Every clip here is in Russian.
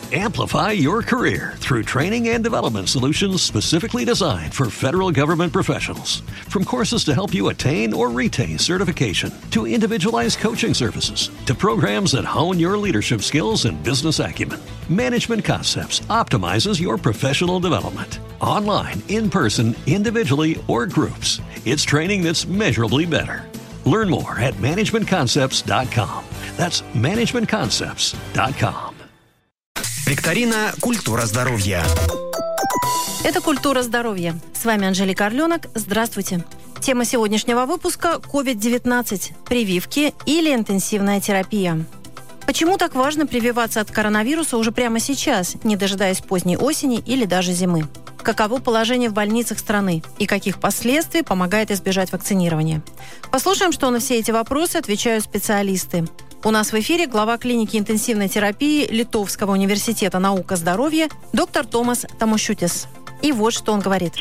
Amplify your career through training and development solutions specifically designed for federal government professionals. From courses to help you attain or retain certification, to individualized coaching services, to programs that hone your leadership skills and business acumen, Management Concepts optimizes your professional development. Online, in person, individually, or groups, it's training that's measurably better. Learn more at managementconcepts.com. That's managementconcepts.com. Викторина «Культура здоровья». Это «Культура здоровья». С вами Анжелика Орленок. Здравствуйте. Тема сегодняшнего выпуска – COVID-19, прививки или интенсивная терапия. Почему так важно прививаться от коронавируса уже прямо сейчас, не дожидаясь поздней осени или даже зимы? Каково положение в больницах страны и каких последствий помогает избежать вакцинирования? Послушаем, что на все эти вопросы отвечают специалисты. У нас в эфире глава клиники интенсивной терапии Литовского университета наука здоровья доктор Томас Тамошутис. И вот что он говорит.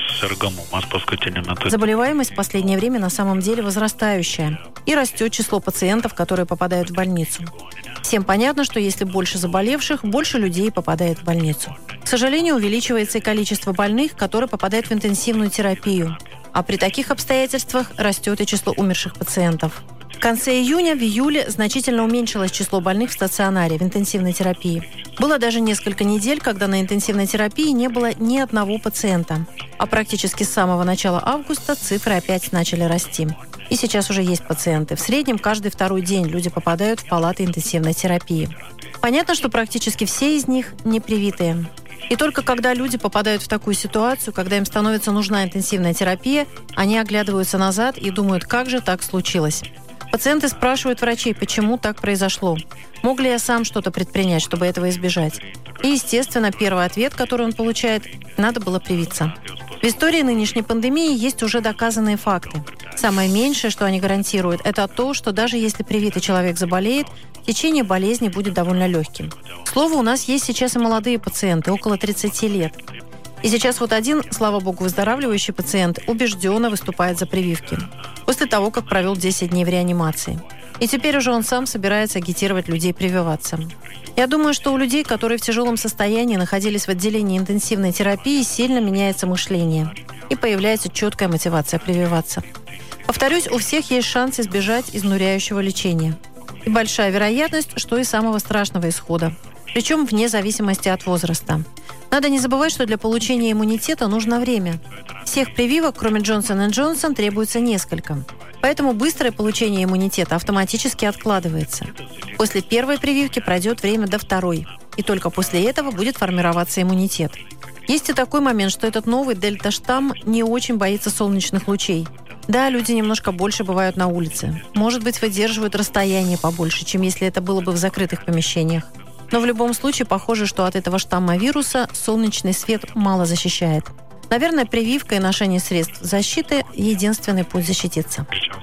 Заболеваемость в последнее время на самом деле возрастающая. И растет число пациентов, которые попадают в больницу. Всем понятно, что если больше заболевших, больше людей попадает в больницу. К сожалению, увеличивается и количество больных, которые попадают в интенсивную терапию. А при таких обстоятельствах растет и число умерших пациентов. В конце июня, в июле значительно уменьшилось число больных в стационаре, в интенсивной терапии. Было даже несколько недель, когда на интенсивной терапии не было ни одного пациента. А практически с самого начала августа цифры опять начали расти. И сейчас уже есть пациенты. В среднем каждый второй день люди попадают в палаты интенсивной терапии. Понятно, что практически все из них не привитые. И только когда люди попадают в такую ситуацию, когда им становится нужна интенсивная терапия, они оглядываются назад и думают, как же так случилось. Пациенты спрашивают врачей, почему так произошло. Мог ли я сам что-то предпринять, чтобы этого избежать? И, естественно, первый ответ, который он получает – надо было привиться. В истории нынешней пандемии есть уже доказанные факты. Самое меньшее, что они гарантируют, это то, что даже если привитый человек заболеет, течение болезни будет довольно легким. К слову, у нас есть сейчас и молодые пациенты, около 30 лет. И сейчас вот один, слава богу, выздоравливающий пациент убежденно выступает за прививки. После того, как провел 10 дней в реанимации. И теперь уже он сам собирается агитировать людей прививаться. Я думаю, что у людей, которые в тяжелом состоянии находились в отделении интенсивной терапии, сильно меняется мышление. И появляется четкая мотивация прививаться. Повторюсь, у всех есть шанс избежать изнуряющего лечения. И большая вероятность, что и самого страшного исхода. Причем вне зависимости от возраста. Надо не забывать, что для получения иммунитета нужно время. Всех прививок, кроме Johnson & Johnson, требуется несколько. Поэтому быстрое получение иммунитета автоматически откладывается. После первой прививки пройдет время до второй. И только после этого будет формироваться иммунитет. Есть и такой момент, что этот новый дельта-штамм не очень боится солнечных лучей. Да, люди немножко больше бывают на улице. Может быть, выдерживают расстояние побольше, чем если это было бы в закрытых помещениях. Но в любом случае похоже, что от этого штамма вируса солнечный свет мало защищает. Наверное, прививка и ношение средств защиты – единственный путь защититься.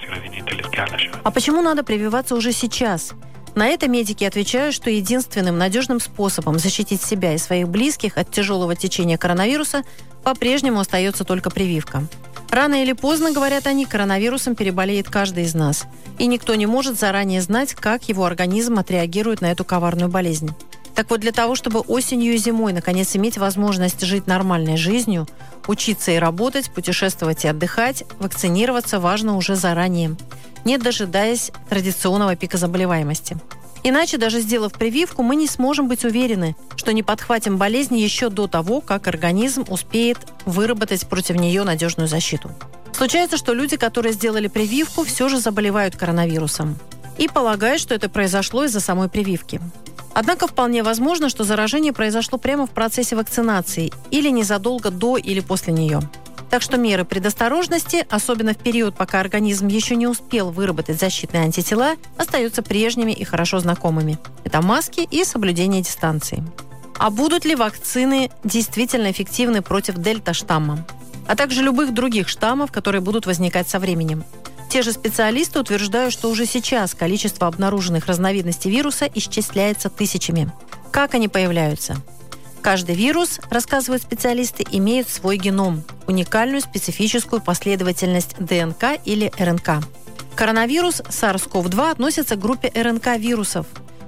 А почему надо прививаться уже сейчас? На это медики отвечают, что единственным надежным способом защитить себя и своих близких от тяжелого течения коронавируса по-прежнему остается только прививка. Рано или поздно, говорят они, коронавирусом переболеет каждый из нас. И никто не может заранее знать, как его организм отреагирует на эту коварную болезнь. Так вот, для того, чтобы осенью и зимой наконец иметь возможность жить нормальной жизнью, учиться и работать, путешествовать и отдыхать, вакцинироваться важно уже заранее, не дожидаясь традиционного пика заболеваемости. Иначе, даже сделав прививку, мы не сможем быть уверены, что не подхватим болезнь еще до того, как организм успеет выработать против нее надежную защиту. Случается, что люди, которые сделали прививку, все же заболевают коронавирусом. И полагают, что это произошло из-за самой прививки. Однако вполне возможно, что заражение произошло прямо в процессе вакцинации или незадолго до или после нее. Так что меры предосторожности, особенно в период, пока организм еще не успел выработать защитные антитела, остаются прежними и хорошо знакомыми. Это маски и соблюдение дистанции. А будут ли вакцины действительно эффективны против дельта-штамма? А также любых других штаммов, которые будут возникать со временем? Те же специалисты утверждают, что уже сейчас количество обнаруженных разновидностей вируса исчисляется тысячами. Как они появляются? Каждый вирус, рассказывают специалисты, имеет свой геном, уникальную специфическую последовательность ДНК или РНК. Коронавирус SARS-CoV-2 относится к группе РНК-вирусов.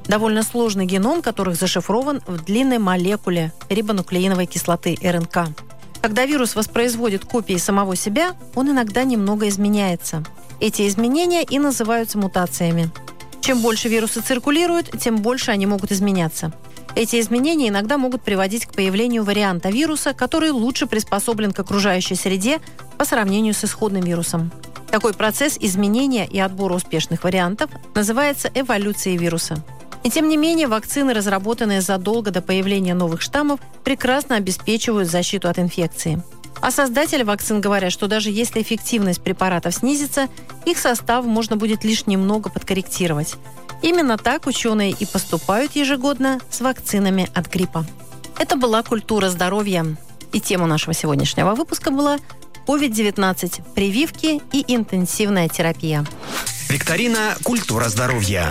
довольно сложный геном которых зашифрован в длинной молекуле рибонуклеиновой кислоты РНК. Когда вирус воспроизводит копии самого себя, он иногда немного изменяется. Эти изменения и называются мутациями. Чем больше вирусы циркулируют, тем больше они могут изменяться. Эти изменения иногда могут приводить к появлению варианта вируса, который лучше приспособлен к окружающей среде по сравнению с исходным вирусом. Такой процесс изменения и отбора успешных вариантов называется эволюцией вируса. И тем не менее, вакцины, разработанные задолго до появления новых штаммов, прекрасно обеспечивают защиту от инфекции. А создатели вакцин говорят, что даже если эффективность препаратов снизится, их состав можно будет лишь немного подкорректировать. Именно так ученые и поступают ежегодно с вакцинами от гриппа. Это была «Культура здоровья». И тема нашего сегодняшнего выпуска была COVID-19, прививки и интенсивная терапия. Викторина «Культура здоровья».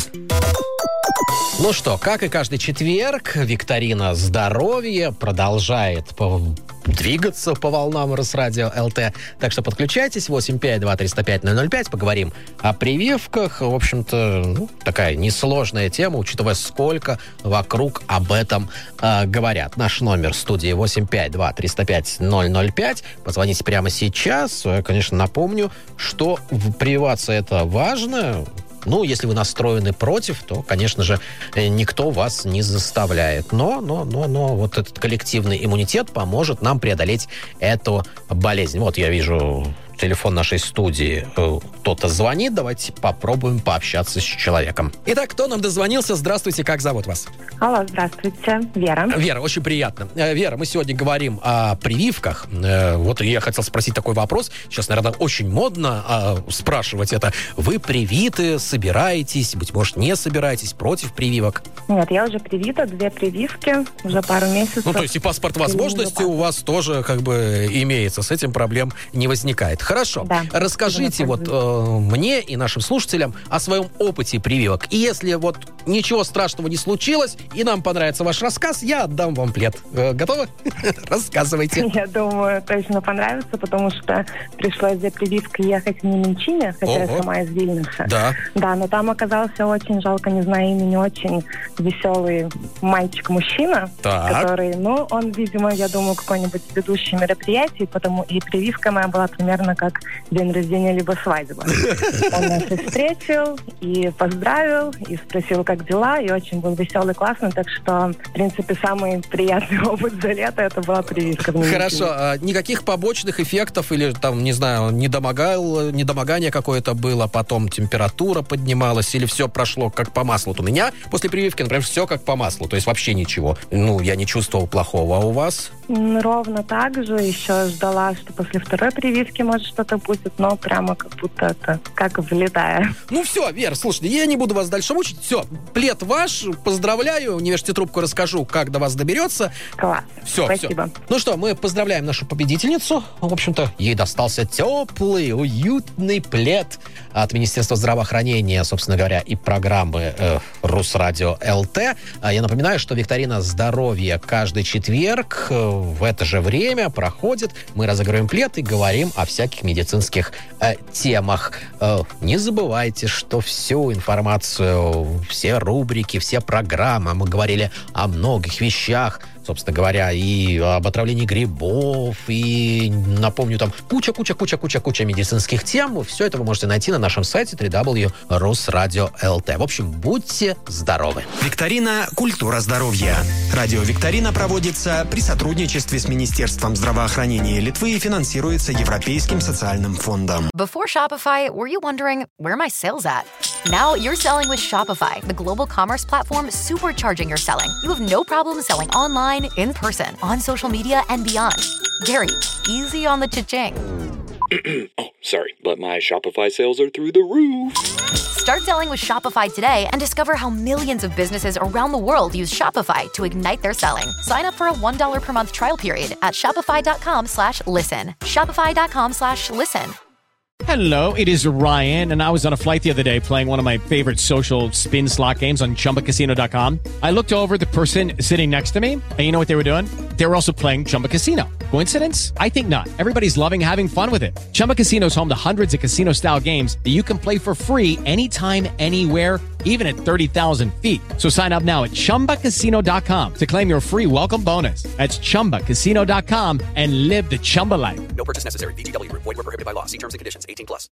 Ну что, как и каждый четверг, викторина здоровья продолжает двигаться по волнам Росрадио ЛТ. Так что подключайтесь, 852-305-005, поговорим о прививках. В общем-то, такая несложная тема, учитывая, сколько вокруг об этом говорят. Наш номер студии 852-305-005. Позвоните прямо сейчас. Я, конечно, напомню, что прививаться это важно. Если вы настроены против, то, конечно же, никто вас не заставляет. Но вот этот коллективный иммунитет поможет нам преодолеть эту болезнь. Вот я вижу телефон нашей студии. Кто-то звонит. Давайте попробуем пообщаться с человеком. Итак, кто нам дозвонился? Здравствуйте, как зовут вас? Алло, здравствуйте. Вера. Вера, очень приятно. Вера, мы сегодня говорим о прививках. Вот я хотел спросить такой вопрос. Сейчас, наверное, очень модно спрашивать это. Вы привиты, собираетесь, быть может, не собираетесь, против прививок? Нет, я уже привита, 2 прививки, уже пару месяцев. То есть и паспорт возможности у вас тоже имеется, с этим проблем не возникает. Хорошо. Да. Расскажите мне и нашим слушателям о своем опыте прививок. И если ничего страшного не случилось, и нам понравится ваш рассказ, я отдам вам плед. Готовы? Рассказывайте. Я думаю, точно понравится, потому что пришлось за прививкой ехать в Неменчине, хотя я сама из Вильнюса. Да. Да, но там оказался очень, жалко, не знаю имени, очень веселый мальчик-мужчина, который, он, видимо, я думаю, какой-нибудь ведущий мероприятий, потому и прививка моя была примерно как день рождения либо свадьба. Он нас и встретил, и поздравил, и спросил, как дела, и очень был веселый, классный, так что, в принципе, самый приятный опыт за лето это была прививка. Хорошо, никаких побочных эффектов или недомогание какое-то было, потом температура поднималась, или все прошло как по маслу? Вот у меня после прививки, например, все как по маслу, то есть вообще ничего. Я не чувствовал плохого, а у вас? Ровно так же, еще ждала, что после второй прививки может что-то будет, но прямо как будто это как влетая. Все, Вера, слушайте, я не буду вас дальше мучить. Все, плед ваш, поздравляю, не вешайте трубку, расскажу, как до вас доберется. Класс, спасибо. Все. Мы поздравляем нашу победительницу. В общем-то, ей достался теплый, уютный плед от Министерства здравоохранения, собственно говоря, и программы Русрадио ЛТ. Я напоминаю, что викторина здоровья каждый четверг в это же время проходит. Мы разыгрываем плед и говорим о всяких медицинских темах. Не забывайте, что всю информацию, все рубрики, все программы, мы говорили о многих вещах, собственно говоря, и об отравлении грибов, и, напомню, там куча медицинских тем. Все это вы можете найти на нашем сайте www.rusradio.lt. В общем, будьте здоровы. Викторина «Культура здоровья». Радиовикторина проводится при сотрудничестве с Министерством здравоохранения Литвы и финансируется Европейским социальным фондом. Before Shopify, were you wondering, where are my sales at? Now you're selling with Shopify, the global commerce platform supercharging your selling. You have no problem selling online, in person, on social media, and beyond. Gary, easy on the cha-ching. Sorry, but my Shopify sales are through the roof. Start selling with Shopify today and discover how millions of businesses around the world use Shopify to ignite their selling. Sign up for a $1 per month trial period at shopify.com/listen. Shopify.com/listen. Hello, it is Ryan, and I was on a flight the other day playing one of my favorite social spin slot games on ChumbaCasino.com. I looked over at the person sitting next to me, and you know what they were doing? They were also playing Chumba Casino. Coincidence? I think not. Everybody's loving having fun with it. Chumba Casino is home to hundreds of casino-style games that you can play for free anytime, anywhere, even at 30,000 feet. So sign up now at ChumbaCasino.com to claim your free welcome bonus. That's ChumbaCasino.com and live the Chumba life. No purchase necessary. VGW. Void where prohibited by law. See terms and conditions. 18+.